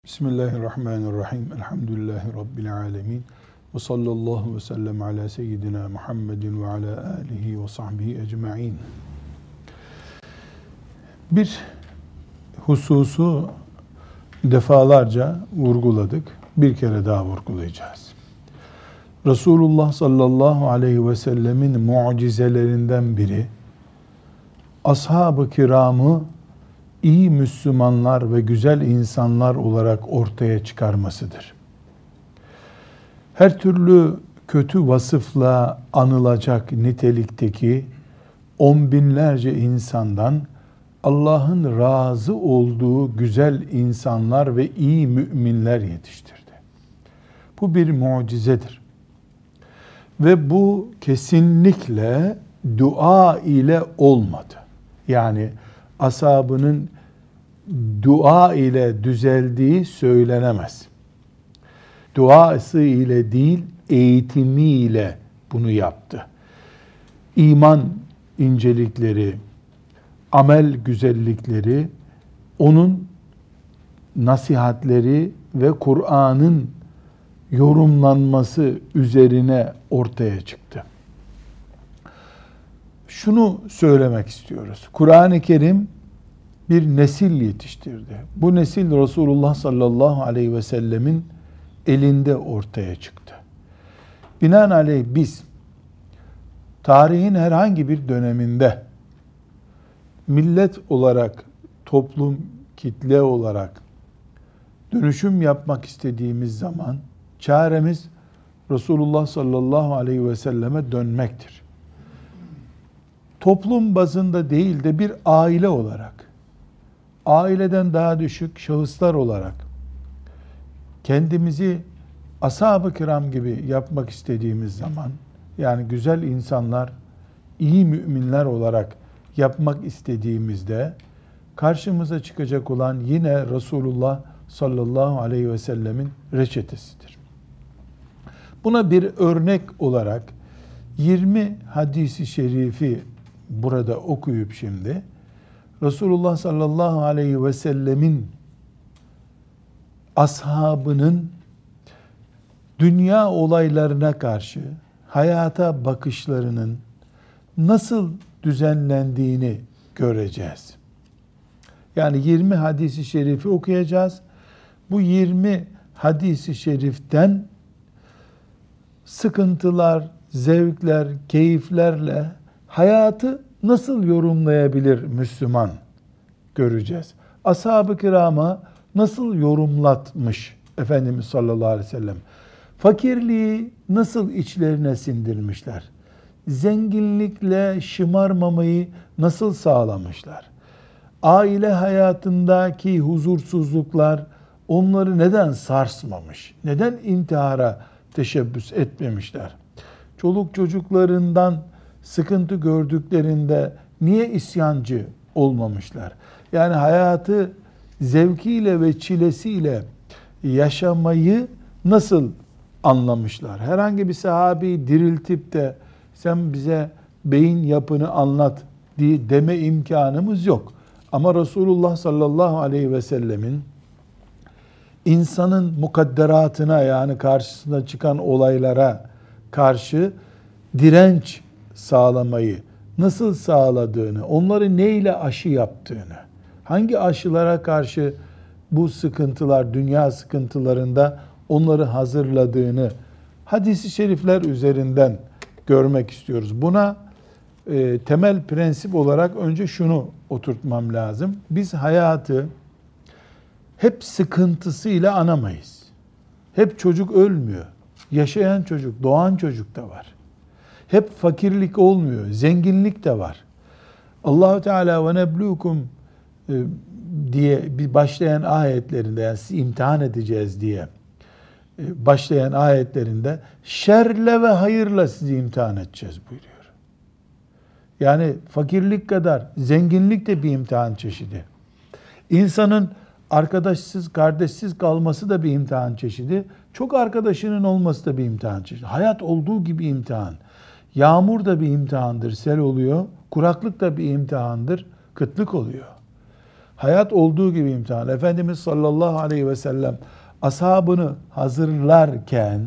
Bismillahirrahmanirrahim. Elhamdülillahi Rabbil alemin. Ve sallallahu ve sellem ala seyyidina Muhammedin ve ala alihi ve sahbihi ecma'in. Bir hususu defalarca vurguladık. Bir kere daha vurgulayacağız. Resulullah sallallahu aleyhi ve sellemin mucizelerinden biri, ashab-ı kiramı iyi Müslümanlar ve güzel insanlar olarak ortaya çıkarmasıdır. Her türlü kötü vasıfla anılacak nitelikteki on binlerce insandan Allah'ın razı olduğu güzel insanlar ve iyi müminler yetiştirdi. Bu bir mucizedir. Ve bu kesinlikle dua ile olmadı. Yani ashabının dua ile düzeldiği söylenemez. Duası ile değil, eğitimiyle bunu yaptı. İman incelikleri, amel güzellikleri, onun nasihatleri ve Kur'an'ın yorumlanması üzerine ortaya çıktı. Şunu söylemek istiyoruz. Kur'an-ı Kerim bir nesil yetiştirdi. Bu nesil Resulullah sallallahu aleyhi ve sellemin elinde ortaya çıktı. Binaenaleyh biz tarihin herhangi bir döneminde millet olarak, toplum, kitle olarak dönüşüm yapmak istediğimiz zaman çaremiz Resulullah sallallahu aleyhi ve selleme dönmektir. Toplum bazında değil de bir aile olarak, aileden daha düşük şahıslar olarak kendimizi ashab-ı kiram gibi yapmak istediğimiz zaman, yani güzel insanlar, iyi müminler olarak yapmak istediğimizde karşımıza çıkacak olan yine Resulullah sallallahu aleyhi ve sellemin reçetesidir. Buna bir örnek olarak 20 hadisi şerifi burada okuyup şimdi Resulullah sallallahu aleyhi ve sellemin ashabının dünya olaylarına karşı hayata bakışlarının nasıl düzenlendiğini göreceğiz. Yani 20 hadisi şerifi okuyacağız. Bu 20 hadisi şeriften sıkıntılar, zevkler, keyiflerle hayatı nasıl yorumlayabilir Müslüman göreceğiz. Ashab-ı kirama nasıl yorumlatmış Efendimiz sallallahu aleyhi ve sellem? Fakirliği nasıl içlerine sindirmişler? Zenginlikle şımarmamayı nasıl sağlamışlar? Aile hayatındaki huzursuzluklar onları neden sarsmamış? Neden intihara teşebbüs etmemişler? Çoluk çocuklarından sıkıntı gördüklerinde niye isyancı olmamışlar? Yani hayatı zevkiyle ve çilesiyle yaşamayı nasıl anlamışlar? Herhangi bir sahabeyi diriltip de sen bize beyin yapını anlat diye deme imkanımız yok. Ama Resulullah sallallahu aleyhi ve sellemin insanın mukadderatına, yani karşısına çıkan olaylara karşı direnç sağlamayı nasıl sağladığını, onları neyle aşı yaptığını, hangi aşılara karşı bu sıkıntılar, dünya sıkıntılarında onları hazırladığını hadis-i şerifler üzerinden görmek istiyoruz. Buna temel prensip olarak önce şunu oturtmam lazım. Biz hayatı hep sıkıntısıyla anamayız. Hep çocuk ölmüyor. Yaşayan çocuk, doğan çocuk da var. Hep fakirlik olmuyor, zenginlik de var. Allah-u Teala ve neblukum diye bir başlayan ayetlerinde, yani sizi imtihan edeceğiz diye başlayan ayetlerinde şerle ve hayırla sizi imtihan edeceğiz buyuruyor. Yani fakirlik kadar zenginlik de bir imtihan çeşidi. İnsanın arkadaşsız, kardeşsiz kalması da bir imtihan çeşidi. Çok arkadaşının olması da bir imtihan çeşidi. Hayat olduğu gibi imtihan. Yağmur da bir imtihandır, sel oluyor. Kuraklık da bir imtihandır, kıtlık oluyor. Hayat olduğu gibi imtihan. Efendimiz sallallahu aleyhi ve sellem ashabını hazırlarken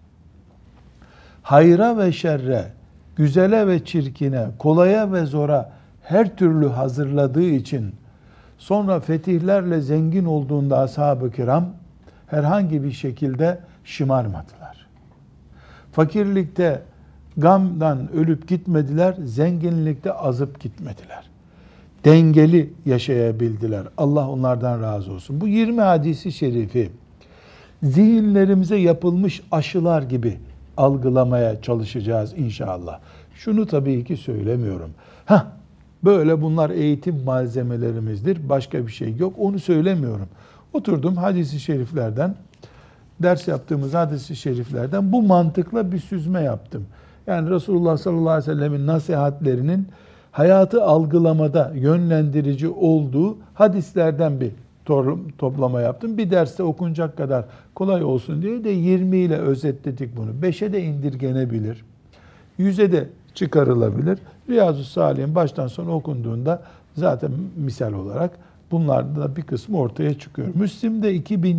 hayra ve şerre, güzele ve çirkine, kolaya ve zora her türlü hazırladığı için sonra fetihlerle zengin olduğunda ashab-ı kiram herhangi bir şekilde şımarmadılar. Fakirlikte gamdan ölüp gitmediler, zenginlikte azıp gitmediler. Dengeli yaşayabildiler. Allah onlardan razı olsun. Bu 20 hadisi şerifi zihinlerimize yapılmış aşılar gibi algılamaya çalışacağız inşallah. Şunu tabii ki söylemiyorum. Böyle bunlar eğitim malzemelerimizdir. Başka bir şey yok. Onu söylemiyorum. Oturdum hadis-i şeriflerden, ders yaptığımız hadis-i şeriflerden bu mantıkla bir süzme yaptım. Yani Resulullah sallallahu aleyhi ve sellemin nasihatlerinin hayatı algılamada yönlendirici olduğu hadislerden bir toplama yaptım. Bir derste okunacak kadar kolay olsun diye de 20 ile özetledik bunu. 5'e de indirgenebilir. 100'e de çıkarılabilir. Riyazu Salih'in baştan sona okunduğunda zaten misal olarak bunlarda da bir kısmı ortaya çıkıyor. Müslim'de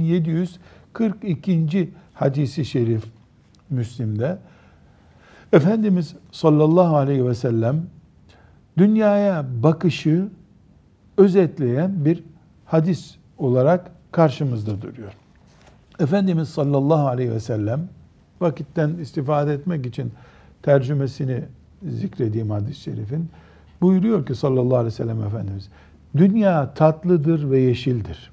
2742. hadisi şerif Müslim'de Efendimiz sallallahu aleyhi ve sellem dünyaya bakışı özetleyen bir hadis olarak karşımızda duruyor. Efendimiz sallallahu aleyhi ve sellem vakitten istifade etmek için tercümesini zikredeyim hadis-i şerifin. Buyuruyor ki sallallahu aleyhi ve sellem Efendimiz, dünya tatlıdır ve yeşildir.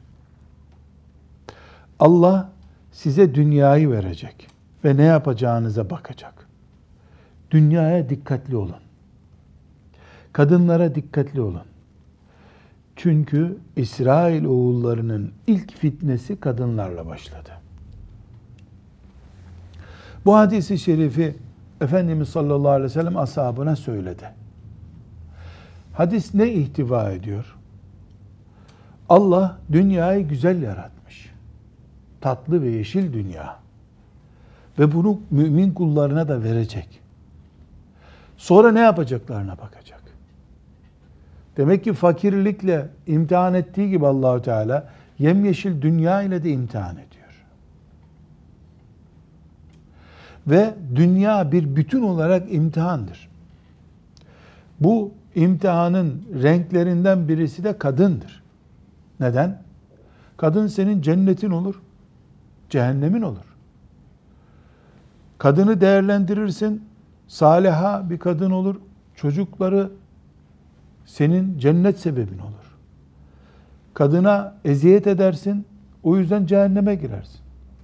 Allah size dünyayı verecek ve ne yapacağınıza bakacak. Dünyaya dikkatli olun. Kadınlara dikkatli olun. Çünkü İsrail oğullarının ilk fitnesi kadınlarla başladı. Bu hadis-i şerifi Efendimiz sallallahu aleyhi ve sellem ashabına söyledi. Hadis ne ihtiva ediyor? Allah dünyayı güzel yaratmış. Tatlı ve yeşil dünya. Ve bunu mümin kullarına da verecek. Sonra ne yapacaklarına bakacak. Demek ki fakirlikle imtihan ettiği gibi Allah-u Teala yemyeşil dünya ile de imtihan ediyor. Ve dünya bir bütün olarak imtihandır. Bu imtihanın renklerinden birisi de kadındır. Neden? Kadın senin cennetin olur, cehennemin olur. Kadını değerlendirirsin, saliha bir kadın olur, çocukları senin cennet sebebin olur. Kadına eziyet edersin, o yüzden cehenneme girersin.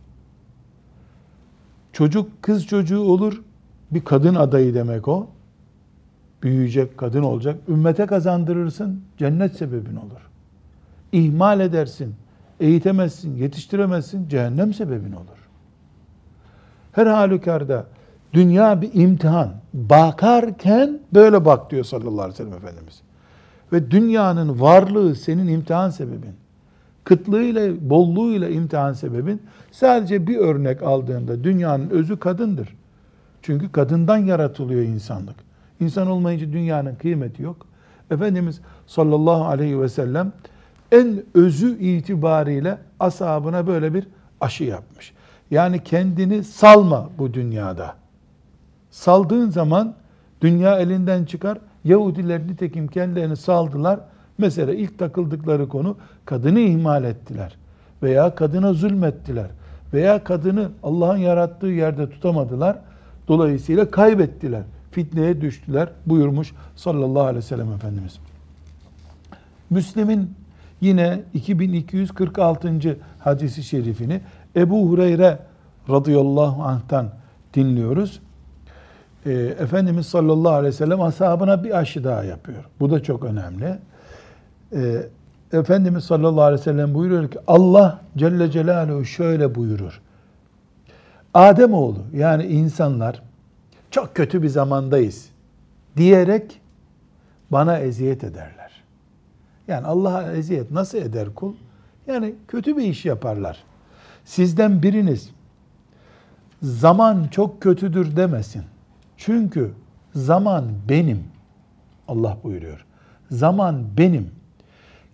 Çocuk kız çocuğu olur, bir kadın adayı demek o. Büyüyecek, kadın olacak. Ümmete kazandırırsın, cennet sebebin olur. İhmal edersin, eğitemezsin, yetiştiremezsin, cehennem sebebin olur. Her halükarda dünya bir imtihan. Bakarken böyle bak diyor sallallahu aleyhi ve sellem Efendimiz. Ve dünyanın varlığı senin imtihan sebebin. Kıtlığıyla, bolluğuyla imtihan sebebin. Sadece bir örnek aldığında dünyanın özü kadındır. Çünkü kadından yaratılıyor insanlık. İnsan olmayınca dünyanın kıymeti yok. Efendimiz sallallahu aleyhi ve sellem en özü itibariyle ashabına böyle bir aşı yapmış. Yani kendini salma bu dünyada. Saldığın zaman dünya elinden çıkar. Yahudiler nitekim kendilerini saldılar. Mesela ilk takıldıkları konu kadını ihmal ettiler. Veya kadına zulmettiler. Veya kadını Allah'ın yarattığı yerde tutamadılar. Dolayısıyla kaybettiler. Fitneye düştüler buyurmuş sallallahu aleyhi ve sellem Efendimiz. Müslim'in yine 2246. hadisi şerifini Ebu Hureyre radıyallahu anh'tan dinliyoruz. Efendimiz sallallahu aleyhi ve sellem ashabına bir aşı daha yapıyor. Bu da çok önemli. Efendimiz sallallahu aleyhi ve sellem buyuruyor ki Allah Celle Celaluhu şöyle buyurur. Ademoğlu yani insanlar çok kötü bir zamandayız diyerek bana eziyet ederler. Yani Allah'a eziyet nasıl eder kul? Yani kötü bir iş yaparlar. Sizden biriniz zaman çok kötüdür demesin. Çünkü zaman benim. Allah buyuruyor. Zaman benim.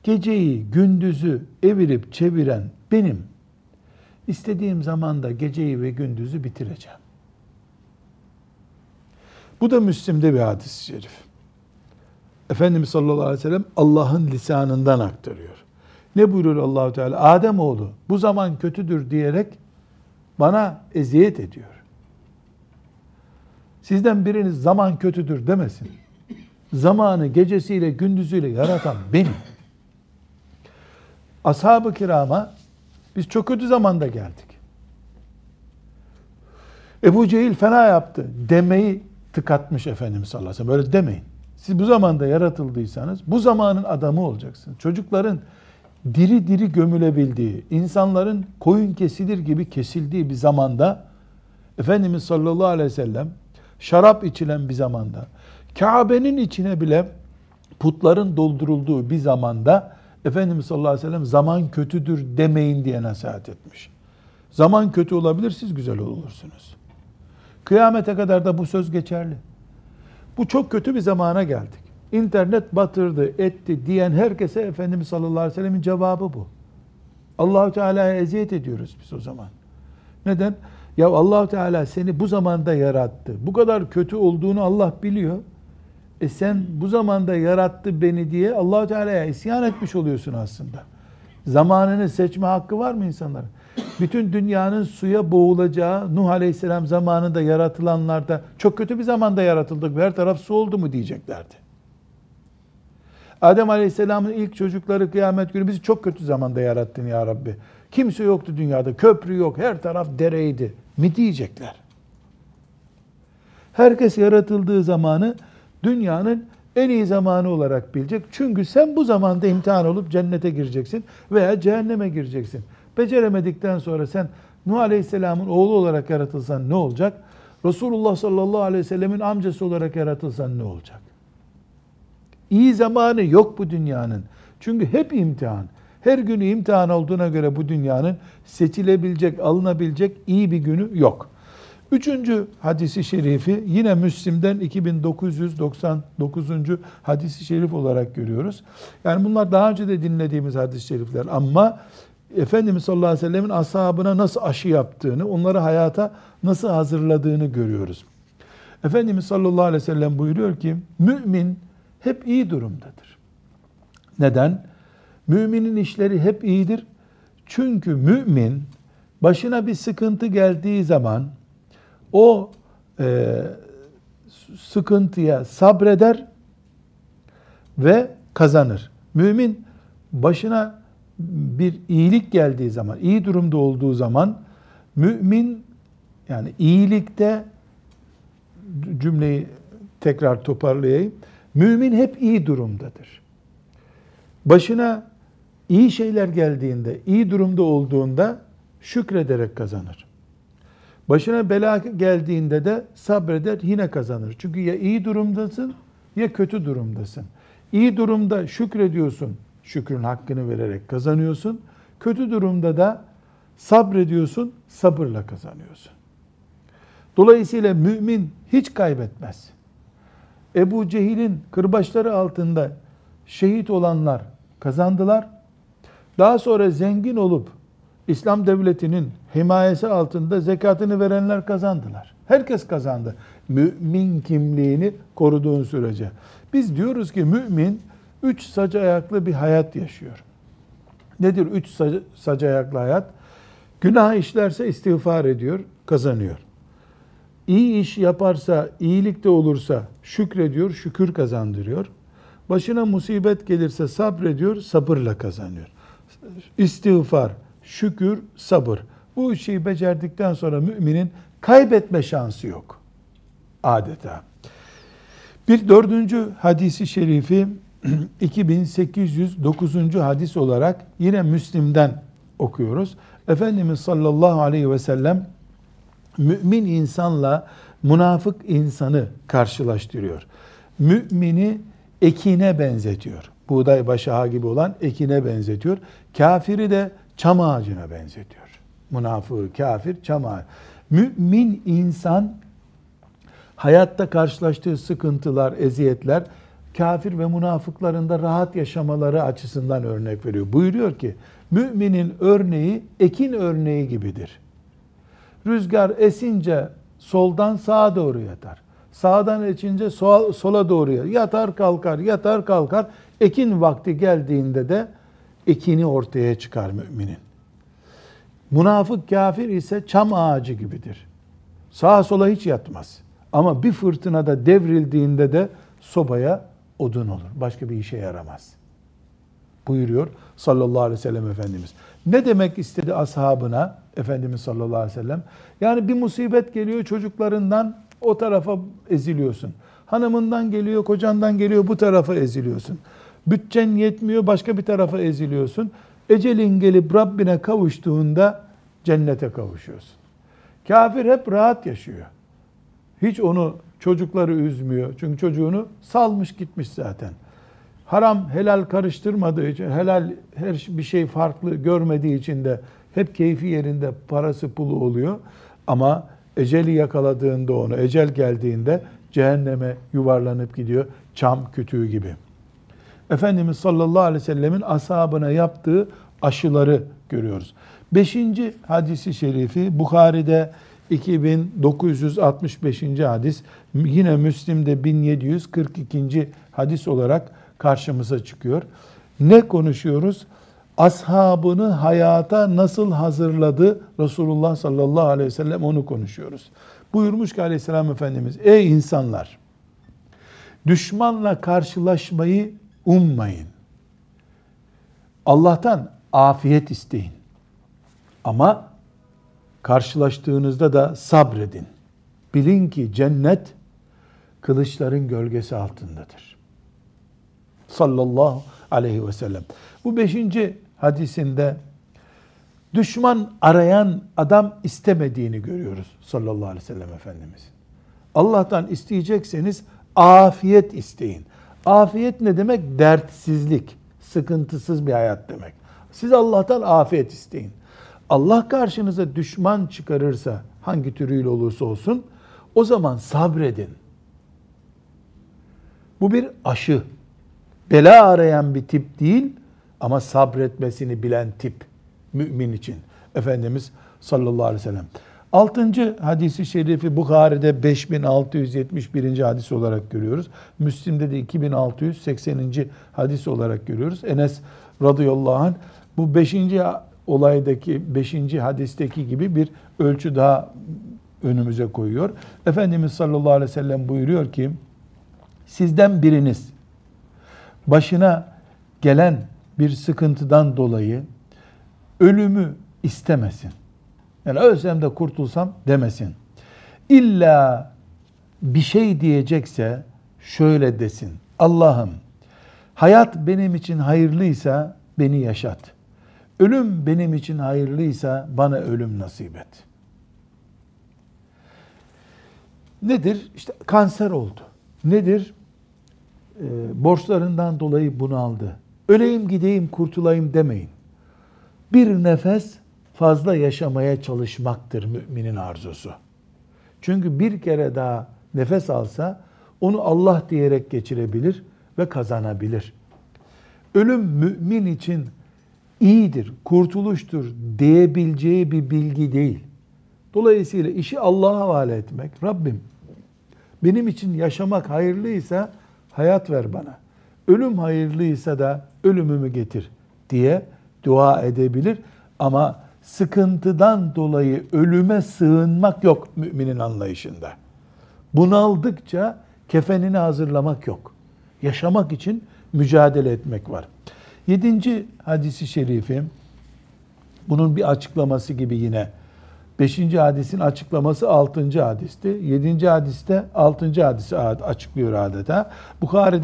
Geceyi, gündüzü evirip çeviren benim. İstediğim zamanda geceyi ve gündüzü bitireceğim. Bu da Müslim'de bir hadis-i şerif. Efendimiz sallallahu aleyhi ve sellem Allah'ın lisanından aktarıyor. Ne buyuruyor Allah-u Teala? Ademoğlu bu zaman kötüdür diyerek bana eziyet ediyor. Sizden biriniz zaman kötüdür demesin. Zamanı gecesiyle gündüzüyle yaratan benim. Ashab-ı kirama biz çok kötü zamanda geldik. Ebu Cehil fena yaptı demeyi tıkatmış Efendimiz sallallahu aleyhi ve sellem. Böyle demeyin. Siz bu zamanda yaratıldıysanız bu zamanın adamı olacaksınız. Çocukların diri diri gömülebildiği, insanların koyun kesilir gibi kesildiği bir zamanda Efendimiz sallallahu aleyhi ve sellem şarap içilen bir zamanda, Kabe'nin içine bile putların doldurulduğu bir zamanda Efendimiz sallallahu aleyhi ve sellem zaman kötüdür demeyin diye nasihat etmiş. Zaman kötü olabilir, siz güzel olursunuz. Kıyamete kadar da bu söz geçerli. Bu çok kötü bir zamana geldik. İnternet batırdı, etti diyen herkese Efendimiz sallallahu aleyhi ve sellemin cevabı bu. Allah-u Teala'ya eziyet ediyoruz biz o zaman. Neden? Ya Allah-u Teala seni bu zamanda yarattı. Bu kadar kötü olduğunu Allah biliyor. Sen bu zamanda yarattı beni diye Allah-u Teala'ya isyan etmiş oluyorsun aslında. Zamanını seçme hakkı var mı insanların? Bütün dünyanın suya boğulacağı Nuh Aleyhisselam zamanında yaratılanlar da çok kötü bir zamanda yaratıldık. Her taraf su oldu mu diyeceklerdi. Adem Aleyhisselam'ın ilk çocukları kıyamet günü bizi çok kötü zamanda yarattın ya Rabbi. Kimse yoktu dünyada, köprü yok, her taraf dereydi mi diyecekler. Herkes yaratıldığı zamanı dünyanın en iyi zamanı olarak bilecek. Çünkü sen bu zamanda imtihan olup cennete gireceksin veya cehenneme gireceksin. Beceremedikten sonra sen Nuh Aleyhisselam'ın oğlu olarak yaratılsan ne olacak? Resulullah sallallahu aleyhi ve sellemin amcası olarak yaratılsan ne olacak? İyi zamanı yok bu dünyanın. Çünkü hep imtihan. Her günü imtihan olduğuna göre bu dünyanın seçilebilecek, alınabilecek iyi bir günü yok. Üçüncü hadisi şerifi yine Müslim'den 2999. hadisi şerif olarak görüyoruz. Yani bunlar daha önce de dinlediğimiz hadis-i şerifler ama Efendimiz sallallahu aleyhi ve sellemin ashabına nasıl aşı yaptığını, onları hayata nasıl hazırladığını görüyoruz. Efendimiz sallallahu aleyhi ve sellem buyuruyor ki, mümin hep iyi durumdadır. Neden? Müminin işleri hep iyidir. Çünkü mümin başına bir sıkıntı geldiği zaman o sıkıntıya sabreder ve kazanır. Mümin başına bir iyilik geldiği zaman, iyi durumda olduğu zaman mümin yani iyilikte cümleyi tekrar toparlayayım. Mümin hep iyi durumdadır. Başına iyi şeyler geldiğinde, iyi durumda olduğunda şükrederek kazanır. Başına bela geldiğinde de sabreder, yine kazanır. Çünkü ya iyi durumdasın ya kötü durumdasın. İyi durumda şükrediyorsun, şükrün hakkını vererek kazanıyorsun. Kötü durumda da sabrediyorsun, sabırla kazanıyorsun. Dolayısıyla mümin hiç kaybetmez. Ebu Cehil'in kırbaçları altında şehit olanlar kazandılar. Daha sonra zengin olup İslam devletinin himayesi altında zekatını verenler kazandılar. Herkes kazandı. Mümin kimliğini koruduğun sürece. Biz diyoruz ki mümin 3 sac ayaklı bir hayat yaşıyor. Nedir 3 sac ayaklı hayat? Günah işlerse istiğfar ediyor, kazanıyor. İyi iş yaparsa, iyilik de olursa şükrediyor, şükür kazandırıyor. Başına musibet gelirse sabrediyor, sabırla kazanıyor. İstiğfar, şükür, sabır. Bu üç şeyi becerdikten sonra müminin kaybetme şansı yok. Adeta. Bir dördüncü hadisi şerifi 2809. hadis olarak yine Müslim'den okuyoruz. Efendimiz sallallahu aleyhi ve sellem mümin insanla münafık insanı karşılaştırıyor. Mümini ekine benzetiyor. Buğday başağı gibi olan ekine benzetiyor. Kafiri de çam ağacına benzetiyor. Münafığı, kafir, çam ağacı. Mümin insan hayatta karşılaştığı sıkıntılar, eziyetler kafir ve münafıkların da rahat yaşamaları açısından örnek veriyor. Buyuruyor ki, müminin örneği ekin örneği gibidir. Rüzgar esince soldan sağa doğru yatar. Sağdan esince sola doğru yatar. Yatar kalkar, yatar kalkar. Ekin vakti geldiğinde de ekini ortaya çıkar müminin. Münafık kafir ise çam ağacı gibidir. Sağa sola hiç yatmaz. Ama bir fırtınada devrildiğinde de sobaya odun olur. Başka bir işe yaramaz. Buyuruyor sallallahu aleyhi ve sellem Efendimiz. Ne demek istedi ashabına Efendimiz sallallahu aleyhi ve sellem? Yani bir musibet geliyor, çocuklarından o tarafa eziliyorsun. Hanımından geliyor, kocandan geliyor, bu tarafa eziliyorsun. Bütçen yetmiyor, başka bir tarafa eziliyorsun. Ecelin gelip Rabbine kavuştuğunda cennete kavuşuyorsun. Kafir hep rahat yaşıyor. Hiç onu çocukları üzmüyor. Çünkü çocuğunu salmış gitmiş zaten. Haram helal karıştırmadığı için, helal her bir şey farklı görmediği için de hep keyfi yerinde, parası pulu oluyor. Ama eceli yakaladığında onu, ecel geldiğinde cehenneme yuvarlanıp gidiyor. Çam kütüğü gibi. Efendimiz sallallahu aleyhi ve sellemin ashabına yaptığı aşıları görüyoruz. 5. hadisi şerifi Bukhari'de 2965. hadis, yine Müslim'de 1742. hadis olarak karşımıza çıkıyor. Ne konuşuyoruz? Ashabını hayata nasıl hazırladı Resulullah sallallahu aleyhi ve sellem, onu konuşuyoruz. Buyurmuş ki aleyhisselam Efendimiz, ey insanlar, düşmanla karşılaşmayı ummayın. Allah'tan afiyet isteyin. Ama karşılaştığınızda da sabredin. Bilin ki cennet kılıçların gölgesi altındadır. Sallallahu aleyhi ve sellem. Bu 5. hadisinde düşman arayan adam istemediğini görüyoruz sallallahu aleyhi ve sellem Efendimiz. Allah'tan isteyecekseniz afiyet isteyin. Afiyet ne demek? Dertsizlik, sıkıntısız bir hayat demek. Siz Allah'tan afiyet isteyin. Allah karşınıza düşman çıkarırsa, hangi türüyle olursa olsun, o zaman sabredin. Bu bir aşı. Bela arayan bir tip değil ama sabretmesini bilen tip mümin için. Efendimiz sallallahu aleyhi ve sellem. 6. hadisi şerifi Bukhari'de 5671. hadis olarak görüyoruz. Müslim'de de 2680. hadis olarak görüyoruz. Enes radıyallahu anh bu 5. olaydaki 5. hadisteki gibi bir ölçü daha önümüze koyuyor. Efendimiz sallallahu aleyhi ve sellem buyuruyor ki, sizden biriniz başına gelen bir sıkıntıdan dolayı ölümü istemesin. Yani ölsem de kurtulsam demesin. İlla bir şey diyecekse şöyle desin. Allah'ım, hayat benim için hayırlıysa beni yaşat. Ölüm benim için hayırlıysa bana ölüm nasip et. Nedir? İşte kanser oldu. Nedir? Borçlarından dolayı bunaldı. Öleyim gideyim kurtulayım demeyin. Bir nefes fazla yaşamaya çalışmaktır müminin arzusu. Çünkü bir kere daha nefes alsa onu Allah diyerek geçirebilir ve kazanabilir. Ölüm mümin için iyidir, kurtuluştur diyebileceği bir bilgi değil. Dolayısıyla işi Allah'a havale etmek, Rabbim benim için yaşamak hayırlıysa hayat ver bana, ölüm hayırlıysa da ölümümü getir diye dua edebilir. Ama sıkıntıdan dolayı ölüme sığınmak yok müminin anlayışında. Bunaldıkça kefenini hazırlamak yok. Yaşamak için mücadele etmek var. 7. hadisi şerifi, bunun bir açıklaması gibi yine. 5. hadisin açıklaması 6. hadisti. 7. hadiste 6. hadisi açıklıyor adeta. Bukhari'de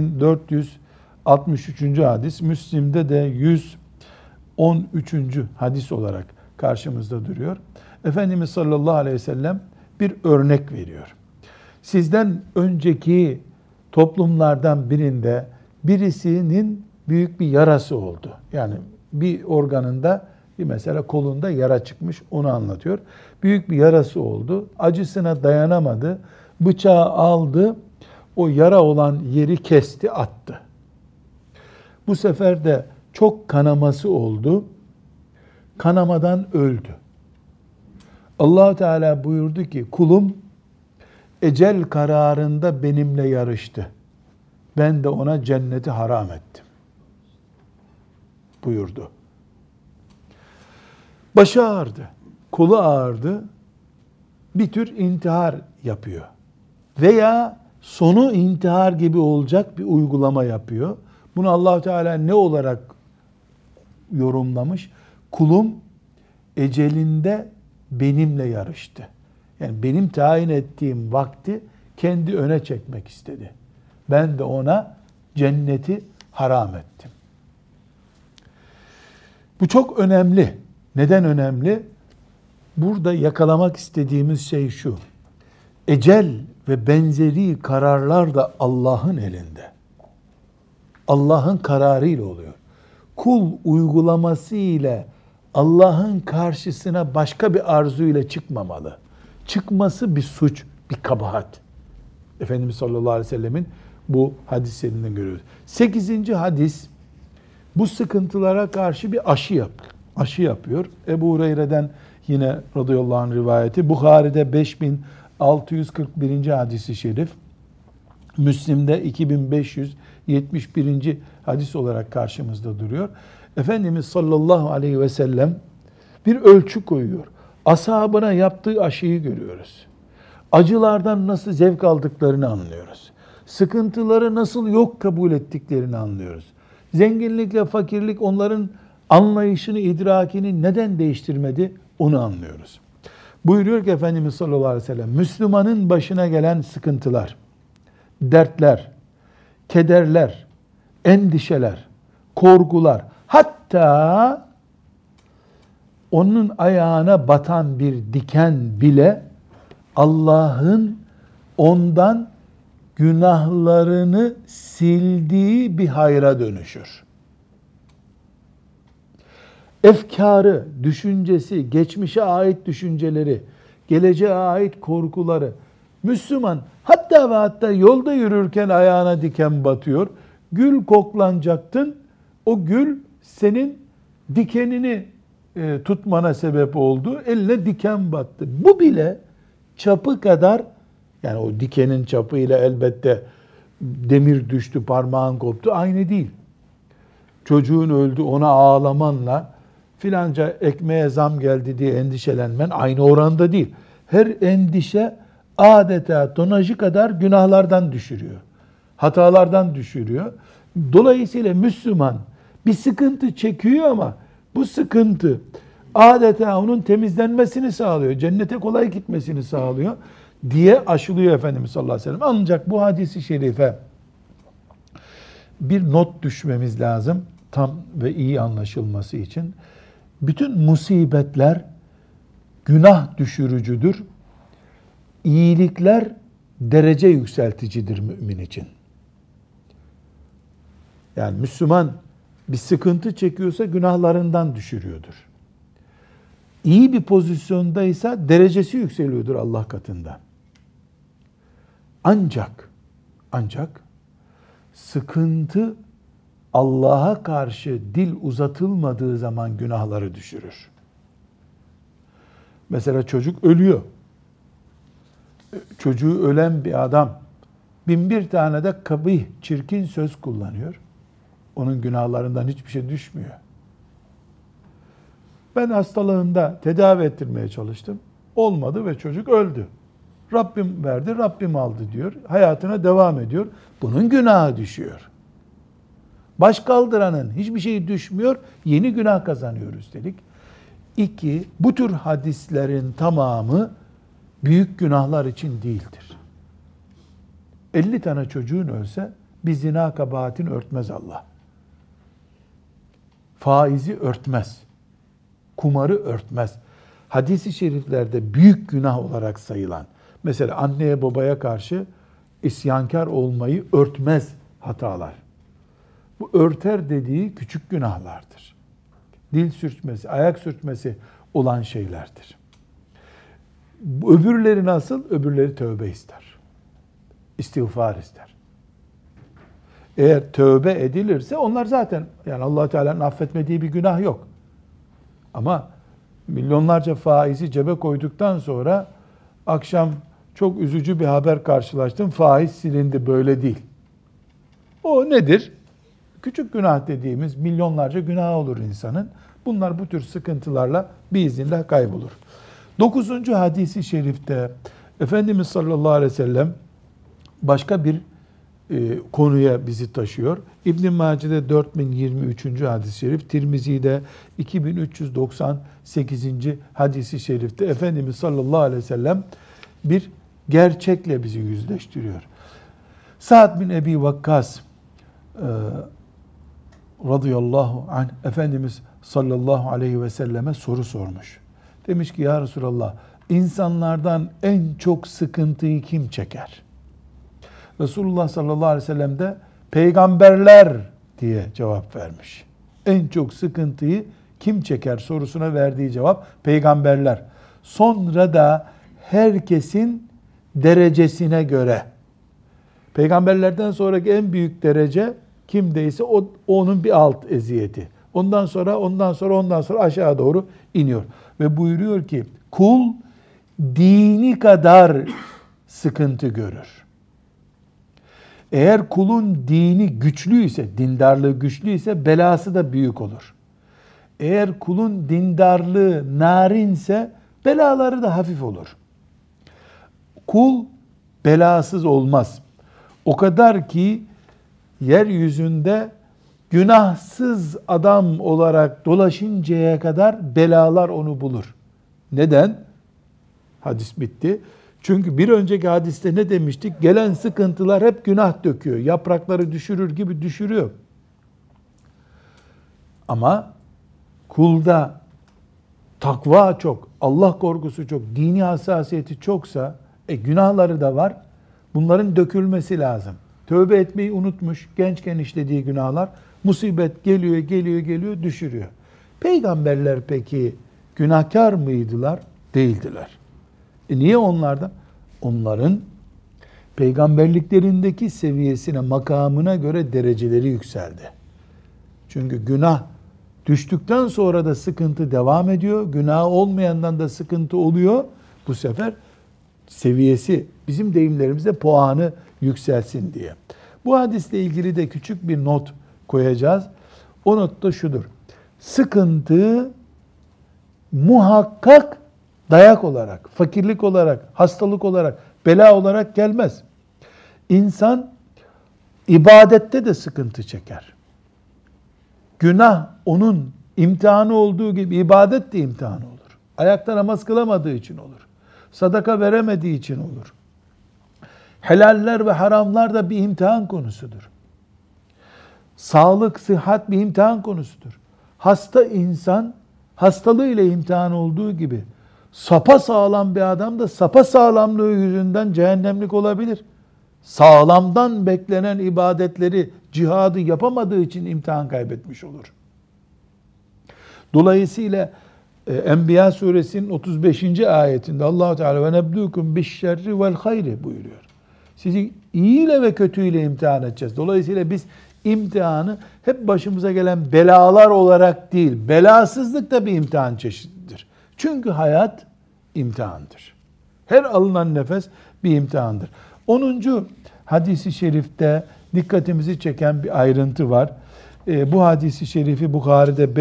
3463. hadis, Müslim'de de 113. hadis olarak karşımızda duruyor. Efendimiz sallallahu aleyhi ve sellem bir örnek veriyor. Sizden önceki toplumlardan birinde birisinin büyük bir yarası oldu. Yani bir organında, mesela kolunda yara çıkmış, onu anlatıyor. Büyük bir yarası oldu. Acısına dayanamadı. Bıçağı aldı. o yara olan yeri kesti, attı. Bu sefer de çok kanaması oldu. Kanamadan öldü. Allah Teala buyurdu ki, kulum ecel kararında benimle yarıştı. Ben de ona cenneti haram ettim buyurdu. Başı ağrıdı, kolu ağrıdı, bir tür intihar yapıyor. Veya sonu intihar gibi olacak bir uygulama yapıyor. Bunu Allah Teala ne olarak yorumlamış? Kulum ecelinde benimle yarıştı. Yani benim tayin ettiğim vakti kendi öne çekmek istedi. Ben de ona cenneti haram ettim. Bu çok önemli. Neden önemli? Burada yakalamak istediğimiz şey şu. Ecel ve benzeri kararlar da Allah'ın elinde. Allah'ın kararıyla oluyor. Kul uygulaması ile Allah'ın karşısına başka bir arzu ile çıkmamalı. Çıkması bir suç, bir kabahat. Efendimiz sallallahu aleyhi ve sellemin bu hadislerinden görüyoruz. 8. hadis, bu sıkıntılara karşı bir aşı yapıyor. Ebu Hureyre'den yine radıyallahu anh rivayeti. Bukhari'de 5641. hadisi şerif. Müslim'de 2571. hadis olarak karşımızda duruyor. Efendimiz sallallahu aleyhi ve sellem bir ölçü koyuyor. Ashabına yaptığı aşıyı görüyoruz. Acılardan nasıl zevk aldıklarını anlıyoruz. Sıkıntıları nasıl yok kabul ettiklerini anlıyoruz. Zenginlikle fakirlik onların anlayışını, idrakini neden değiştirmedi onu anlıyoruz. Buyuruyor ki Efendimiz sallallahu aleyhi ve sellem, Müslümanın başına gelen sıkıntılar, dertler, kederler, endişeler, korkular, hatta onun ayağına batan bir diken bile Allah'ın ondan günahlarını sildiği bir hayra dönüşür. Efkarı, düşüncesi, geçmişe ait düşünceleri, geleceğe ait korkuları, Müslüman hatta ve hatta yolda yürürken ayağına diken batıyor. Gül koklanacaktın, o gül senin dikenini tutmana sebep oldu. Eline diken battı. Bu bile çapı kadar, yani o dikenin çapıyla elbette demir düştü, parmağın koptu, aynı değil. Çocuğun öldü, ona ağlamanla filanca ekmeğe zam geldi diye endişelenmen aynı oranda değil. Her endişe adeta tonajı kadar günahlardan düşürüyor. Hatalardan düşürüyor. Dolayısıyla Müslüman bir sıkıntı çekiyor ama bu sıkıntı adeta onun temizlenmesini sağlıyor. Cennete kolay gitmesini sağlıyor diye aşılıyor Efendimiz sallallahu aleyhi ve sellem. Ancak bu hadisi şerife bir not düşmemiz lazım tam ve iyi anlaşılması için. Bütün musibetler günah düşürücüdür. İyilikler derece yükselticidir mümin için. Yani Müslüman bir sıkıntı çekiyorsa günahlarından düşürüyordur. İyi bir pozisyondaysa derecesi yükseliyordur Allah katında. Ancak sıkıntı Allah'a karşı dil uzatılmadığı zaman günahları düşürür. Mesela çocuk ölüyor. Çocuğu ölen bir adam 1001 tane de kabih, çirkin söz kullanıyor. Onun günahlarından hiçbir şey düşmüyor. Ben hastalığında tedavi ettirmeye çalıştım. Olmadı ve çocuk öldü. Rabbim verdi, Rabbim aldı diyor. Hayatına devam ediyor. Bunun günahı düşüyor. Baş kaldıranın hiçbir şey düşmüyor. Yeni günah kazanıyor üstelik. 2. Bu tür hadislerin tamamı büyük günahlar için değildir. 50 tane çocuğun ölse bir zina kabahatini örtmez Allah. Faizi örtmez. Kumarı örtmez. Hadis-i şeriflerde büyük günah olarak sayılan, mesela anneye babaya karşı isyankar olmayı örtmez hatalar. Bu örter dediği küçük günahlardır. Dil sürtmesi, ayak sürtmesi olan şeylerdir. Öbürleri nasıl? Öbürleri tövbe ister. istiğfar ister. Eğer tövbe edilirse onlar zaten, yani Allah Teala'nın affetmediği bir günah yok. Ama milyonlarca faizi cebe koyduktan sonra akşam çok üzücü bir haber karşılaştım. Faiz silindi, böyle değil. O nedir? Küçük günah dediğimiz milyonlarca günah olur insanın. Bunlar bu tür sıkıntılarla biiznillah kaybolur. 9. hadisi şerifte Efendimiz sallallahu aleyhi ve sellem başka bir konuya bizi taşıyor. İbn-i Mace'de 4023. hadis-i şerif, Tirmizi'de 2398. hadisi şerifte Efendimiz sallallahu aleyhi ve sellem bir gerçekle bizi yüzleştiriyor. Sa'd bin Ebi Vakkas radıyallahu anh Efendimiz sallallahu aleyhi ve selleme soru sormuş. Demiş ki ya Resulallah, insanlardan en çok sıkıntıyı kim çeker? Resulullah sallallahu aleyhi ve sellem de peygamberler diye cevap vermiş. En çok sıkıntıyı kim çeker sorusuna verdiği cevap peygamberler. Sonra da herkesin derecesine göre. Peygamberlerden sonraki en büyük derece kimdeyse onun bir alt eziyeti. Ondan sonra aşağı doğru iniyor. Ve buyuruyor ki kul dini kadar sıkıntı görür. Eğer kulun dini güçlüyse, dindarlığı güçlüyse belası da büyük olur. Eğer kulun dindarlığı narinse belaları da hafif olur. Kul belasız olmaz. O kadar ki yeryüzünde günahsız adam olarak dolaşıncaya kadar belalar onu bulur. Neden? Hadis bitti. Çünkü bir önceki hadiste ne demiştik? Gelen sıkıntılar hep günah döküyor. Yaprakları düşürür gibi düşürüyor. Ama kulda takva çok, Allah korkusu çok, dini hassasiyeti çoksa, günahları da var. Bunların dökülmesi lazım. Tövbe etmeyi unutmuş, gençken işlediği günahlar, musibet geliyor, düşürüyor. Peygamberler peki günahkar mıydılar? Değildiler. Niye onlardan? Onların peygamberliklerindeki seviyesine, makamına göre dereceleri yükseldi. Çünkü günah düştükten sonra da sıkıntı devam ediyor. Günah olmayandan da sıkıntı oluyor. Bu sefer seviyesi, bizim deyimlerimizde puanı yükselsin diye. Bu hadisle ilgili de küçük bir not koyacağız. O not da şudur. Sıkıntı muhakkak dayak olarak, fakirlik olarak, hastalık olarak, bela olarak gelmez. İnsan ibadette de sıkıntı çeker. Günah onun imtihanı olduğu gibi ibadet de imtihanı olur. Ayakta namaz kılamadığı için olur. Sadaka veremediği için olur. Helaller ve haramlar da bir imtihan konusudur. Sağlık, sıhhat bir imtihan konusudur. Hasta insan hastalığıyla imtihan olduğu gibi sapasağlam bir adam da sapasağlamlığı yüzünden cehennemlik olabilir. Sağlamdan beklenen ibadetleri, cihadı yapamadığı için imtihan kaybetmiş olur. Dolayısıyla Enbiya suresinin 35. ayetinde Allah Teala ve neblukum bi'şerri vel hayri buyuruyor. Sizi iyiyle ve kötüyle imtihan edeceğiz. Dolayısıyla biz imtihanı hep başımıza gelen belalar olarak değil, belasızlık da bir imtihan çeşididir. Çünkü hayat imtihandır. Her alınan nefes bir imtihandır. 10. hadisi şerifte dikkatimizi çeken bir ayrıntı var. Bu hadisi şerifi Bukhari'de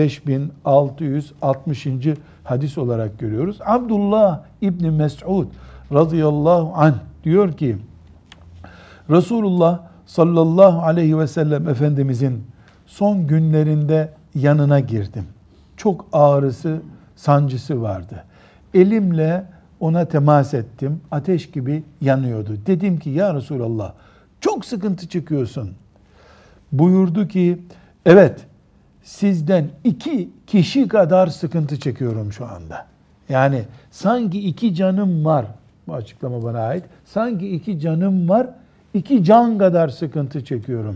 5660. hadis olarak görüyoruz. Abdullah İbni Mes'ud radıyallahu anh diyor ki, Resulullah sallallahu aleyhi ve sellem Efendimizin son günlerinde yanına girdim. Çok ağrısı, sancısı vardı. Elimle ona temas ettim. Ateş gibi yanıyordu. Dedim ki ya Resulallah çok sıkıntı çekiyorsun. Buyurdu ki evet, sizden 2 kişi kadar sıkıntı çekiyorum şu anda. Yani sanki 2 canım var. Bu açıklama bana ait. Sanki 2 canım var. 2 can kadar sıkıntı çekiyorum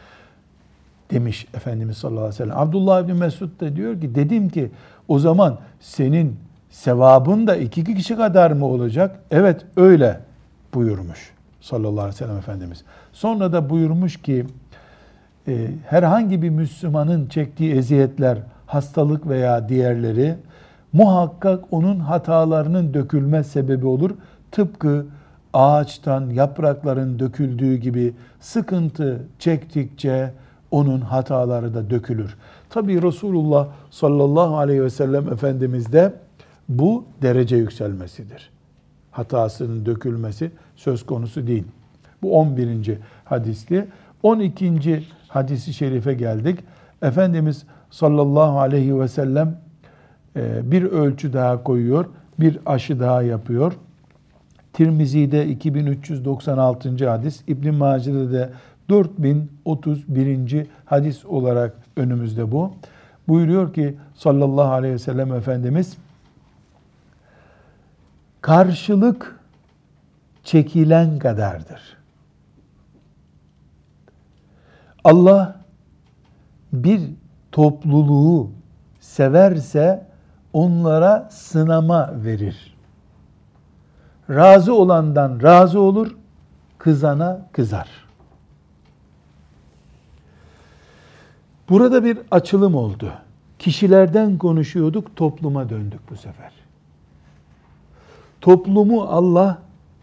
demiş Efendimiz sallallahu aleyhi ve sellem. Abdullah İbni Mesud da diyor ki dedim ki o zaman senin sevabın da 2 kişi kadar mı olacak? Evet öyle buyurmuş sallallahu aleyhi ve sellem Efendimiz. Sonra da buyurmuş ki herhangi bir Müslümanın çektiği eziyetler, hastalık veya diğerleri muhakkak onun hatalarının dökülme sebebi olur. Tıpkı ağaçtan yaprakların döküldüğü gibi sıkıntı çektikçe onun hataları da dökülür. Tabi Resulullah sallallahu aleyhi ve sellem Efendimiz'de bu derece yükselmesidir. Hatasının dökülmesi söz konusu değil. Bu 11. hadisti. 12. hadisi şerife geldik. Efendimiz sallallahu aleyhi ve sellem bir ölçü daha koyuyor, bir aşı daha yapıyor. Tirmizi'de 2396. hadis, İbn Mace'de de 4031. hadis olarak önümüzde bu. Buyuruyor ki sallallahu aleyhi ve sellem Efendimiz, karşılık çekilen kadardır. Allah bir topluluğu severse onlara sınama verir. Razı olandan razı olur, kızana kızar. Burada bir açılım oldu. Kişilerden konuşuyorduk, topluma döndük bu sefer. Toplumu Allah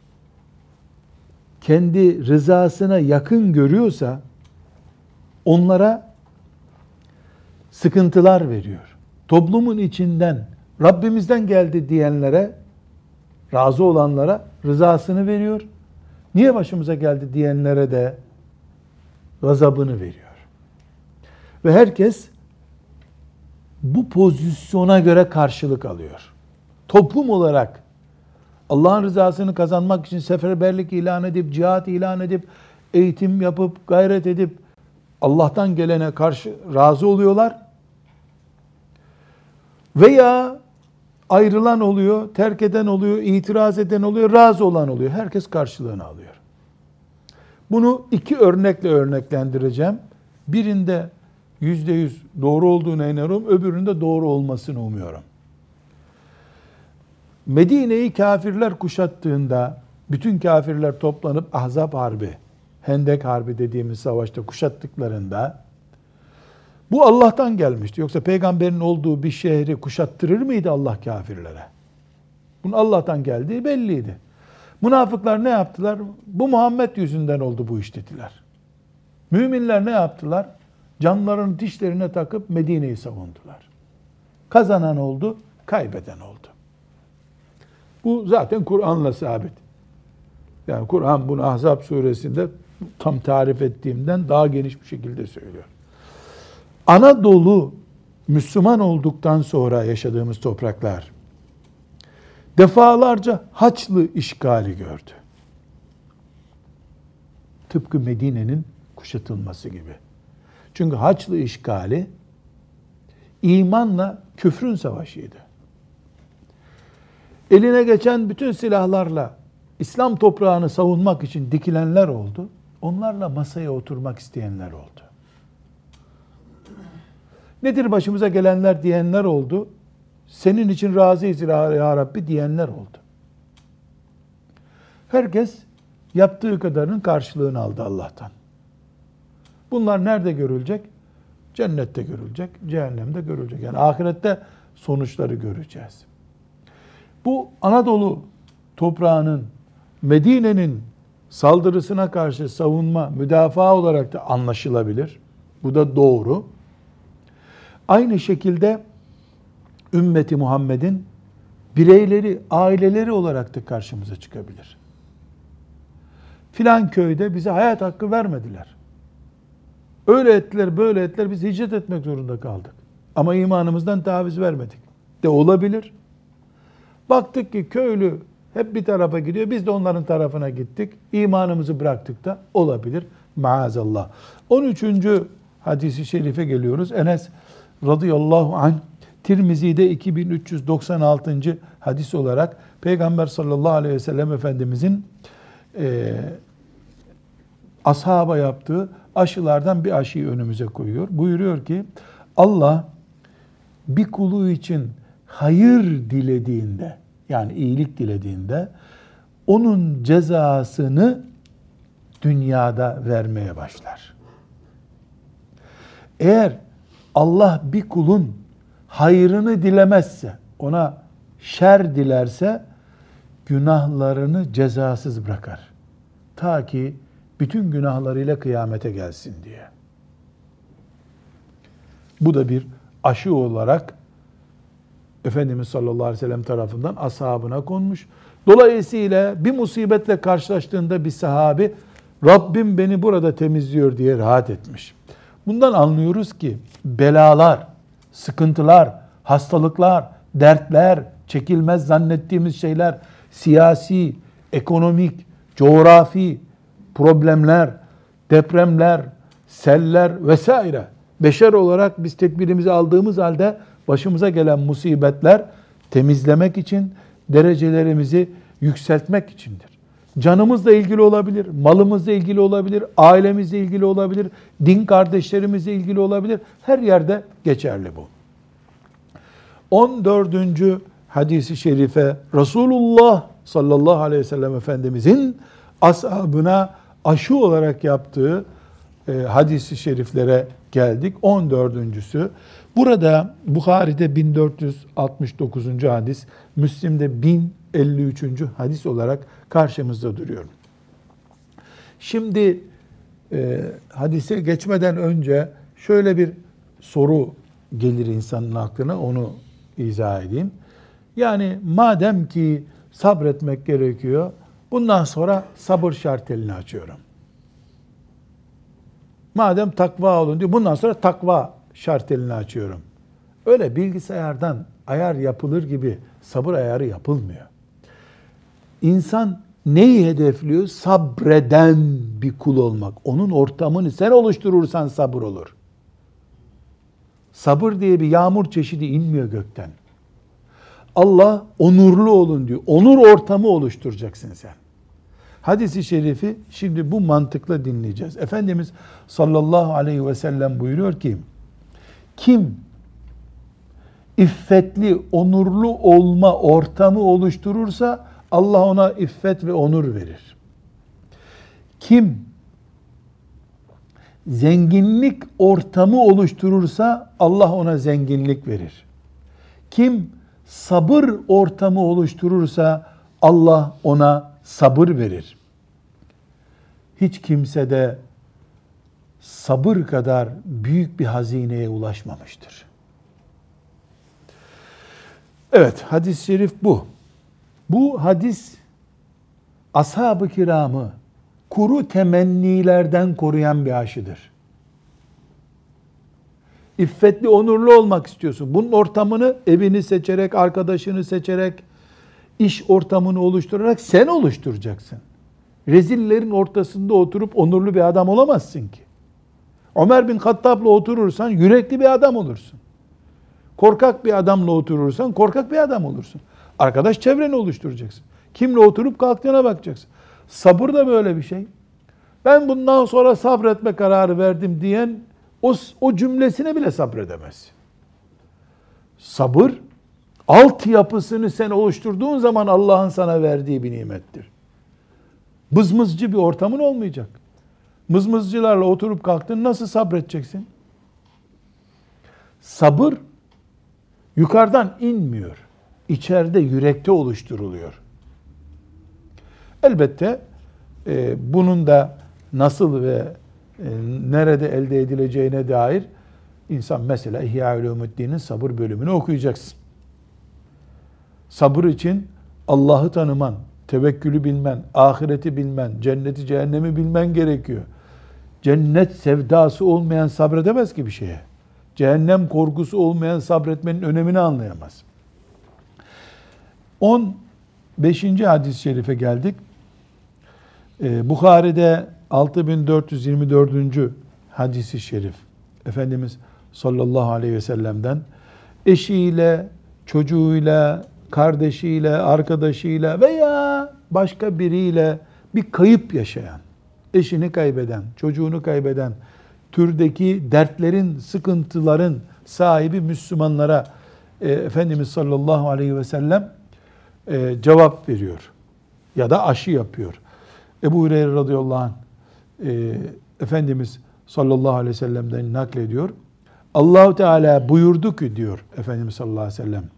kendi rızasına yakın görüyorsa onlara sıkıntılar veriyor. Toplumun içinden Rabbimizden geldi diyenlere, razı olanlara rızasını veriyor. Niye başımıza geldi diyenlere de gazabını veriyor. Ve herkes bu pozisyona göre karşılık alıyor. Toplum olarak Allah'ın rızasını kazanmak için seferberlik ilan edip, cihat ilan edip, eğitim yapıp, gayret edip Allah'tan gelene karşı razı oluyorlar. Veya ayrılan oluyor, terk eden oluyor, itiraz eden oluyor, razı olan oluyor. Herkes karşılığını alıyor. Bunu iki örnekle örneklendireceğim. Birinde %100 doğru olduğuna inanıyorum, öbüründe doğru olmasını umuyorum. Medine'yi kafirler kuşattığında, bütün kafirler toplanıp Ahzab Harbi, Hendek Harbi dediğimiz savaşta kuşattıklarında, bu Allah'tan gelmişti. Yoksa peygamberin olduğu bir şehri kuşattırır mıydı Allah kafirlere? Bunun Allah'tan geldiği belliydi. Münafıklar ne yaptılar? Bu Muhammed yüzünden oldu bu iş dediler. Müminler ne yaptılar? Canlarını dişlerine takıp Medine'yi savundular. Kazanan oldu, kaybeden oldu. Bu zaten Kur'an'la sabit. Yani Kur'an bunu Ahzab suresinde tam tarif ettiğimden daha geniş bir şekilde söylüyor. Anadolu Müslüman olduktan sonra yaşadığımız topraklar defalarca Haçlı işgali gördü. Tıpkı Medine'nin kuşatılması gibi. Çünkü Haçlı işgali imanla küfrün savaşıydı. Eline geçen bütün silahlarla İslam toprağını savunmak için dikilenler oldu. Onlarla masaya oturmak isteyenler oldu. Nedir başımıza gelenler diyenler oldu. Senin için razıyız ya Rabbi diyenler oldu. Herkes yaptığı kadarının karşılığını aldı Allah'tan. Bunlar nerede görülecek? Cennette görülecek, cehennemde görülecek. Yani ahirette sonuçları göreceğiz. Bu Anadolu toprağının, Medine'nin saldırısına karşı savunma, müdafaa olarak da anlaşılabilir. Bu da doğru. Aynı şekilde ümmeti Muhammed'in bireyleri, aileleri olarak da karşımıza çıkabilir. Filan köyde bize hayat hakkı vermediler. Öyle ettiler, böyle ettiler, biz hicret etmek zorunda kaldık. Ama imanımızdan taviz vermedik. De olabilir. Baktık ki köylü hep bir tarafa gidiyor, biz de onların tarafına gittik. İmanımızı bıraktık da olabilir. Maazallah. 13. hadisi şerife geliyoruz. Enes radıyallahu anh, Tirmizi'de 2396. hadis olarak Peygamber sallallahu aleyhi ve sellem Efendimizin ashaba yaptığı aşılardan bir aşıyı önümüze koyuyor. Buyuruyor ki Allah bir kulu için hayır dilediğinde, yani iyilik dilediğinde onun cezasını dünyada vermeye başlar. Eğer Allah bir kulun hayrını dilemezse, ona şer dilerse, günahlarını cezasız bırakar. Ta ki bütün günahlarıyla kıyamete gelsin diye. Bu da bir aşı olarak Efendimiz sallallahu aleyhi ve sellem tarafından ashabına konmuş. Dolayısıyla bir musibetle karşılaştığında bir sahabi, Rabbim beni burada temizliyor diye rahat etmiş. Bundan anlıyoruz ki belalar, sıkıntılar, hastalıklar, dertler, çekilmez zannettiğimiz şeyler, siyasi, ekonomik, coğrafi problemler, depremler, seller vesaire. Beşer olarak biz tedbirimizi aldığımız halde başımıza gelen musibetler temizlemek için, derecelerimizi yükseltmek içindir. Canımızla ilgili olabilir, malımızla ilgili olabilir, ailemizle ilgili olabilir, din kardeşlerimizle ilgili olabilir. Her yerde geçerli bu. 14. hadisi şerife Resulullah sallallahu aleyhi ve sellem Efendimizin ashabına aşı olarak yaptığı hadisi şeriflere geldik. 14.'sü. Burada Buhari'de 1469. hadis, Müslim'de 1053. hadis olarak karşımızda duruyor. Şimdi hadise geçmeden önce şöyle bir soru gelir insanın aklına, onu izah edeyim. Yani madem ki sabretmek gerekiyor, bundan sonra sabır şartelini açıyorum. Madem takva olun diyor, bundan sonra takva şartelini açıyorum. Öyle bilgisayardan ayar yapılır gibi sabır ayarı yapılmıyor. İnsan neyi hedefliyor? Sabreden bir kul olmak. Onun ortamını sen oluşturursan sabır olur. Sabır diye bir yağmur çeşidi inmiyor gökten. Allah onurlu olun diyor. Onur ortamı oluşturacaksın sen. Hadis-i şerifi şimdi bu mantıkla dinleyeceğiz. Efendimiz sallallahu aleyhi ve sellem buyuruyor ki, kim iffetli, onurlu olma ortamı oluşturursa Allah ona iffet ve onur verir. Kim zenginlik ortamı oluşturursa Allah ona zenginlik verir. Kim sabır ortamı oluşturursa Allah ona sabır verir. Hiç kimse de sabır kadar büyük bir hazineye ulaşmamıştır. Evet, hadis-i şerif bu. Bu hadis ashab-ı kiramı kuru temennilerden koruyan bir aşıdır. İffetli, onurlu olmak istiyorsun. Bunun ortamını evini seçerek, arkadaşını seçerek, iş ortamını oluşturarak sen oluşturacaksın. Rezillerin ortasında oturup onurlu bir adam olamazsın ki. Ömer bin Hattab'la oturursan yürekli bir adam olursun. Korkak bir adamla oturursan korkak bir adam olursun. Arkadaş çevreni oluşturacaksın. Kimle oturup kalktığına bakacaksın. Sabır da böyle bir şey. Ben bundan sonra sabretme kararı verdim diyen o cümlesine bile sabredemez. Sabır, altyapısını sen oluşturduğun zaman Allah'ın sana verdiği bir nimettir. Mızmızcı bir ortamın olmayacak. Mızmızcılarla oturup kalktın, nasıl sabredeceksin? Sabır yukarıdan inmiyor. İçeride, yürekte oluşturuluyor. Elbette bunun da nasıl ve nerede elde edileceğine dair insan mesela İhya Ulumuddin'in sabır bölümünü okuyacaksın. Sabır için Allah'ı tanıman, tevekkülü bilmen, ahireti bilmen, cenneti cehennemi bilmen gerekiyor. Cennet sevdası olmayan sabredemez ki bir şeye. Cehennem korkusu olmayan sabretmenin önemini anlayamaz. 15. hadis-i şerife geldik. Bukhari'de 6424. hadis-i şerif. Efendimiz sallallahu aleyhi ve sellem'den eşiyle, çocuğuyla, kardeşiyle, arkadaşıyla veya başka biriyle bir kayıp yaşayan, eşini kaybeden, çocuğunu kaybeden türdeki dertlerin, sıkıntıların sahibi Müslümanlara Efendimiz sallallahu aleyhi ve sellem cevap veriyor ya da aşı yapıyor. Ebu Hureyre radıyallahu anh Efendimiz sallallahu aleyhi ve sellem'den naklediyor. Allahu Teala buyurdu ki diyor Efendimiz sallallahu aleyhi ve sellem,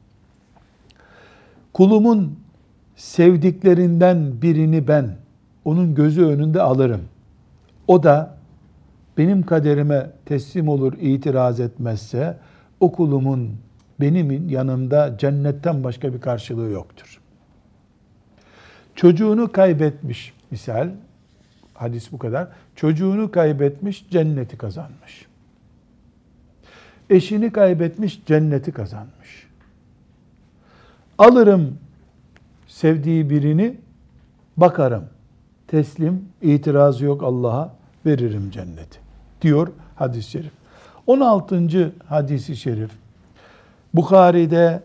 kulumun sevdiklerinden birini ben onun gözü önünde alırım. O da benim kaderime teslim olur, itiraz etmezse o kulumun benim yanımda cennetten başka bir karşılığı yoktur. Çocuğunu kaybetmiş misal, hadis bu kadar. Çocuğunu kaybetmiş, cenneti kazanmış. Eşini kaybetmiş, cenneti kazanmış. Alırım sevdiği birini, bakarım. Teslim, itirazı yok Allah'a, veririm cenneti. Diyor hadis-i şerif. 16. hadis-i şerif. Bukhari'de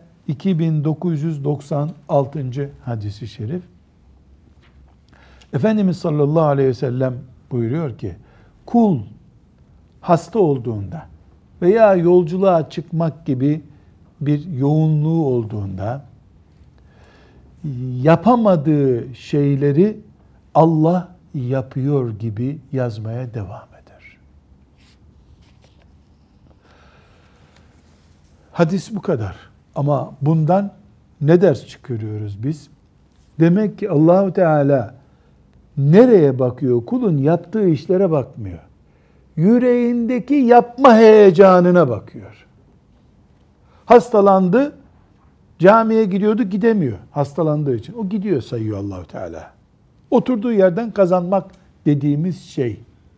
2996. hadis-i şerif. Efendimiz sallallahu aleyhi ve sellem buyuruyor ki, kul hasta olduğunda veya yolculuğa çıkmak gibi bir yoğunluğu olduğunda yapamadığı şeyleri Allah yapıyor gibi yazmaya devam eder. Hadis bu kadar. Ama bundan ne ders çıkarıyoruz biz? Demek ki Allahu Teala nereye bakıyor? Kulun yaptığı işlere bakmıyor. Yüreğindeki yapma heyecanına bakıyor. Hastalandı, camiye gidiyordu, gidemiyor hastalandığı için. O gidiyor sayıyor Allahu Teala. Oturduğu yerden kazanmak dediğimiz şey.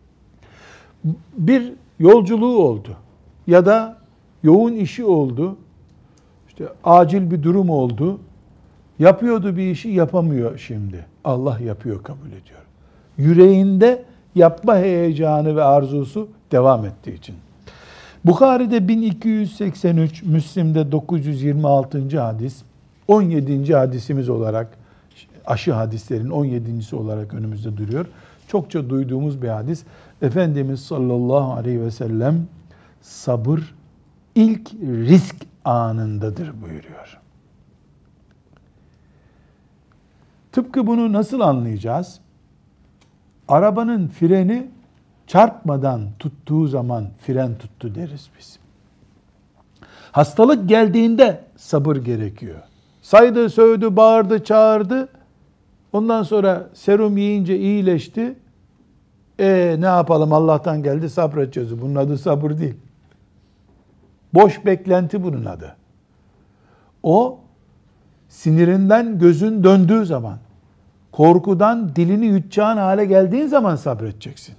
Bir yolculuğu oldu ya da yoğun işi oldu. İşte acil bir durum oldu. Yapıyordu bir işi, yapamıyor şimdi. Allah yapıyor, kabul ediyor. Yüreğinde yapma heyecanı ve arzusu devam ettiği için. Bukhari'de 1283, Müslim'de 926. hadis, 17. hadisimiz olarak, aşı hadislerin 17.si olarak önümüzde duruyor. Çokça duyduğumuz bir hadis. Efendimiz sallallahu aleyhi ve sellem sabır ilk risk anındadır buyuruyor. Tıpkı bunu nasıl anlayacağız? Arabanın freni çarpmadan tuttuğu zaman fren tuttu deriz biz. Hastalık geldiğinde sabır gerekiyor. Saydı, sövdü, bağırdı, çağırdı. Ondan sonra serum yiyince iyileşti. Ne yapalım, Allah'tan geldi, sabredeceğiz. Bunun adı sabır değil. Boş beklenti bunun adı. O sinirinden gözün döndüğü zaman, korkudan dilini yutacağın hale geldiğin zaman sabredeceksin.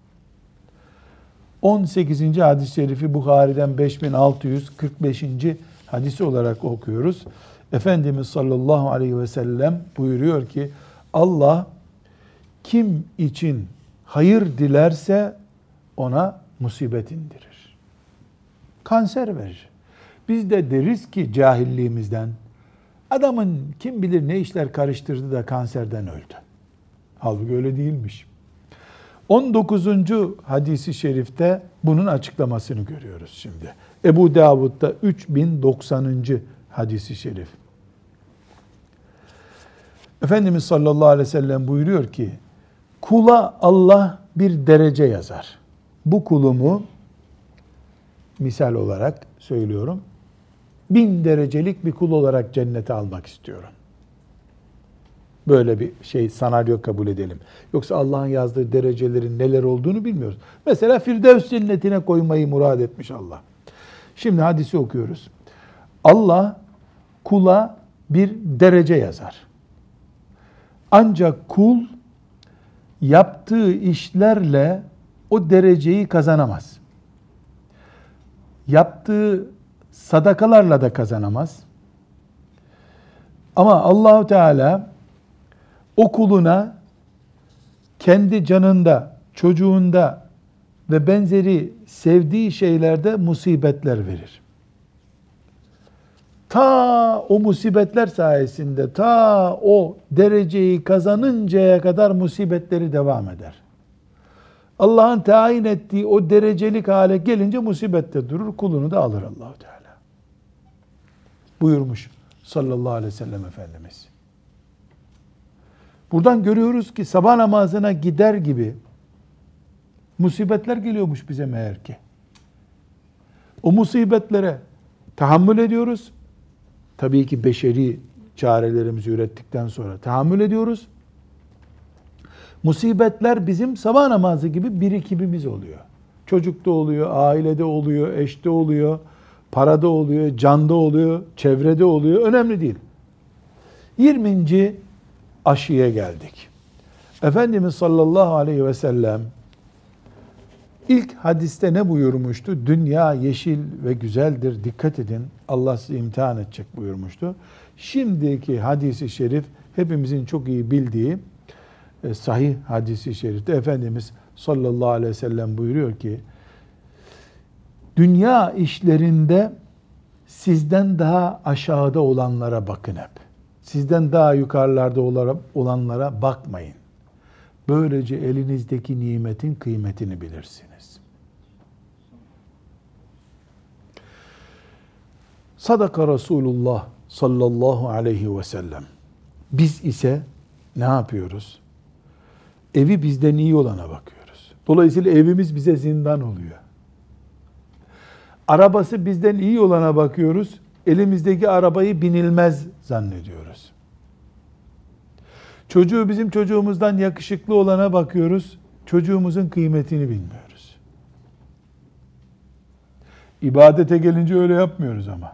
18. hadis-i şerifi Bukhari'den 5645. hadisi olarak okuyoruz. Efendimiz sallallahu aleyhi ve sellem buyuruyor ki, Allah kim için hayır dilerse ona musibet indirir. Kanser verir. Biz de deriz ki cahilliğimizden, adamın kim bilir ne işler karıştırdı da kanserden öldü. Halbuki öyle değilmiş. 19. hadisi şerifte bunun açıklamasını görüyoruz şimdi. Ebu Davud'da 3090. hadisi şerif. Efendimiz sallallahu aleyhi ve sellem buyuruyor ki, kula Allah bir derece yazar. Bu kulumu, misal olarak söylüyorum, 1000 derecelik bir kul olarak cennete almak istiyorum. Böyle bir senaryo kabul edelim. Yoksa Allah'ın yazdığı derecelerin neler olduğunu bilmiyoruz. Mesela Firdevs cennetine koymayı murad etmiş Allah. Şimdi hadisi okuyoruz. Allah kula bir derece yazar. Ancak kul yaptığı işlerle o dereceyi kazanamaz. Yaptığı sadakalarla da kazanamaz. Ama Allahu Teala o kuluna kendi canında, çocuğunda ve benzeri sevdiği şeylerde musibetler verir. Ta o musibetler sayesinde, ta o dereceyi kazanıncaya kadar musibetleri devam eder. Allah'ın tayin ettiği o derecelik hale gelince musibette durur, kulunu da alır Allah-u Teala. Buyurmuş sallallahu aleyhi ve sellem Efendimiz. Buradan görüyoruz ki sabah namazına gider gibi Musibetler geliyormuş bize meğer ki. O musibetlere tahammül ediyoruz. Tabii ki beşeri çarelerimizi ürettikten sonra tahammül ediyoruz. Musibetler bizim sabah namazı gibi birikimimiz oluyor. Çocukta oluyor, ailede oluyor, eşte oluyor, parada oluyor, canda oluyor, çevrede oluyor. Önemli değil. 20. aşıya geldik. Efendimiz sallallahu aleyhi ve sellem ilk hadiste ne buyurmuştu? Dünya yeşil ve güzeldir, dikkat edin, Allah sizi imtihan edecek buyurmuştu. Şimdiki hadisi şerif hepimizin çok iyi bildiği sahih hadisi şerifte Efendimiz sallallahu aleyhi ve sellem buyuruyor ki, dünya işlerinde sizden daha aşağıda olanlara bakın hep. Sizden daha yukarılarda olanlara bakmayın. Böylece elinizdeki nimetin kıymetini bilirsiniz. Sadaka Resulullah sallallahu aleyhi ve sellem. Biz ise ne yapıyoruz? Evi bizden iyi olana bakıyoruz. Dolayısıyla evimiz bize zindan oluyor. Arabası bizden iyi olana bakıyoruz. Elimizdeki arabayı binilmez zannediyoruz. Çocuğu bizim çocuğumuzdan yakışıklı olana bakıyoruz. Çocuğumuzun kıymetini bilmiyoruz. İbadete gelince öyle yapmıyoruz ama.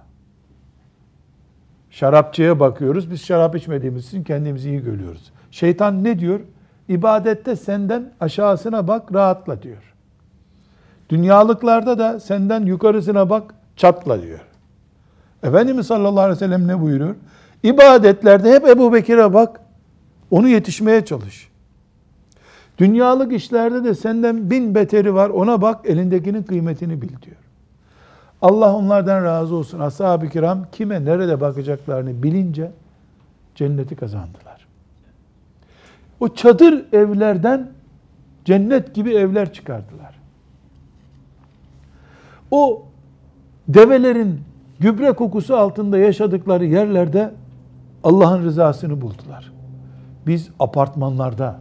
Şarapçıya bakıyoruz. Biz şarap içmediğimiz için kendimizi iyi görüyoruz. Şeytan ne diyor? İbadette senden aşağısına bak, rahatla diyor. Dünyalıklarda da senden yukarısına bak, çatla diyor. Efendimiz sallallahu aleyhi ve sellem ne buyuruyor? İbadetlerde hep Ebu Bekir'e bak, onu yetişmeye çalış. Dünyalık işlerde de senden 1000 beteri var, ona bak, elindekinin kıymetini bil diyor. Allah onlardan razı olsun. Ashab-ı kiram kime nerede bakacaklarını bilince cenneti kazandılar. O çadır evlerden cennet gibi evler çıkardılar. O develerin gübre kokusu altında yaşadıkları yerlerde Allah'ın rızasını buldular. Biz apartmanlarda,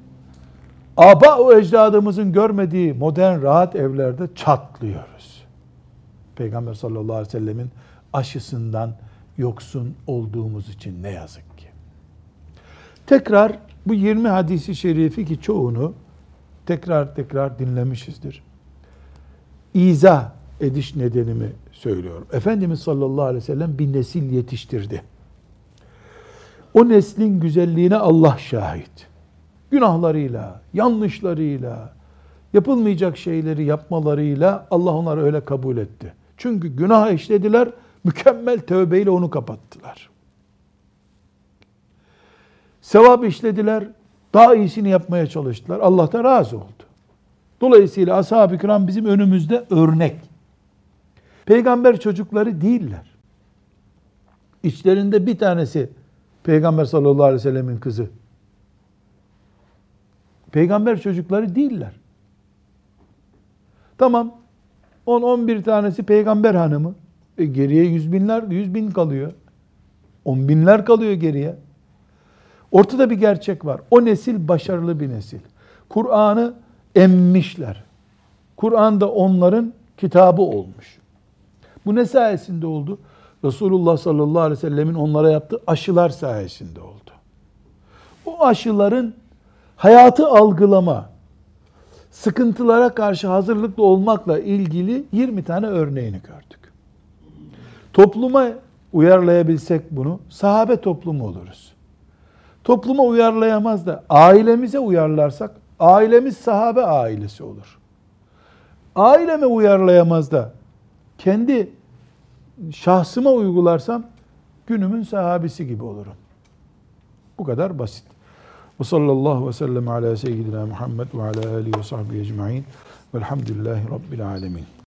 o ecdadımızın görmediği modern rahat evlerde çatlıyoruz. Peygamber sallallahu aleyhi ve sellemin aşısından yoksun olduğumuz için ne yazık ki. Tekrar bu 20 hadisi şerifi ki çoğunu tekrar dinlemişizdir. İzah ediş nedenimi söylüyorum. Efendimiz sallallahu aleyhi ve sellem bir nesil yetiştirdi. O neslin güzelliğine Allah şahit. Günahlarıyla, yanlışlarıyla, yapılmayacak şeyleri yapmalarıyla Allah onları öyle kabul etti. Çünkü günah işlediler, mükemmel tövbeyle onu kapattılar. Sevap işlediler, daha iyisini yapmaya çalıştılar. Allah da razı oldu. Dolayısıyla ashab-ı kiram bizim önümüzde örnek. Peygamber çocukları değiller. İçlerinde bir tanesi Peygamber sallallahu aleyhi ve sellemin kızı. Peygamber çocukları değiller. Tamam, 10-11 tanesi peygamber hanımı. Geriye 100 bin kalıyor. 10 binler kalıyor geriye. Ortada bir gerçek var. O nesil başarılı bir nesil. Kur'an'ı emmişler. Kur'an da onların kitabı olmuş. Bu ne sayesinde oldu? Resulullah sallallahu aleyhi ve sellemin onlara yaptığı aşılar sayesinde oldu. O aşıların hayatı algılama, sıkıntılara karşı hazırlıklı olmakla ilgili 20 tane örneğini gördük. Topluma uyarlayabilsek bunu, sahabe toplumu oluruz. Topluma uyarlayamaz da ailemize uyarlarsak, ailemiz sahabe ailesi olur. Aileme uyarlayamaz da kendi şahsıma uygularsam günümün sahabesi gibi olurum. Bu kadar basit. Ve sallallahu ve sellem ala seyyidina Muhammed ve ala alihi ve sahbihi ecma'in velhamdülillahi rabbil alemin.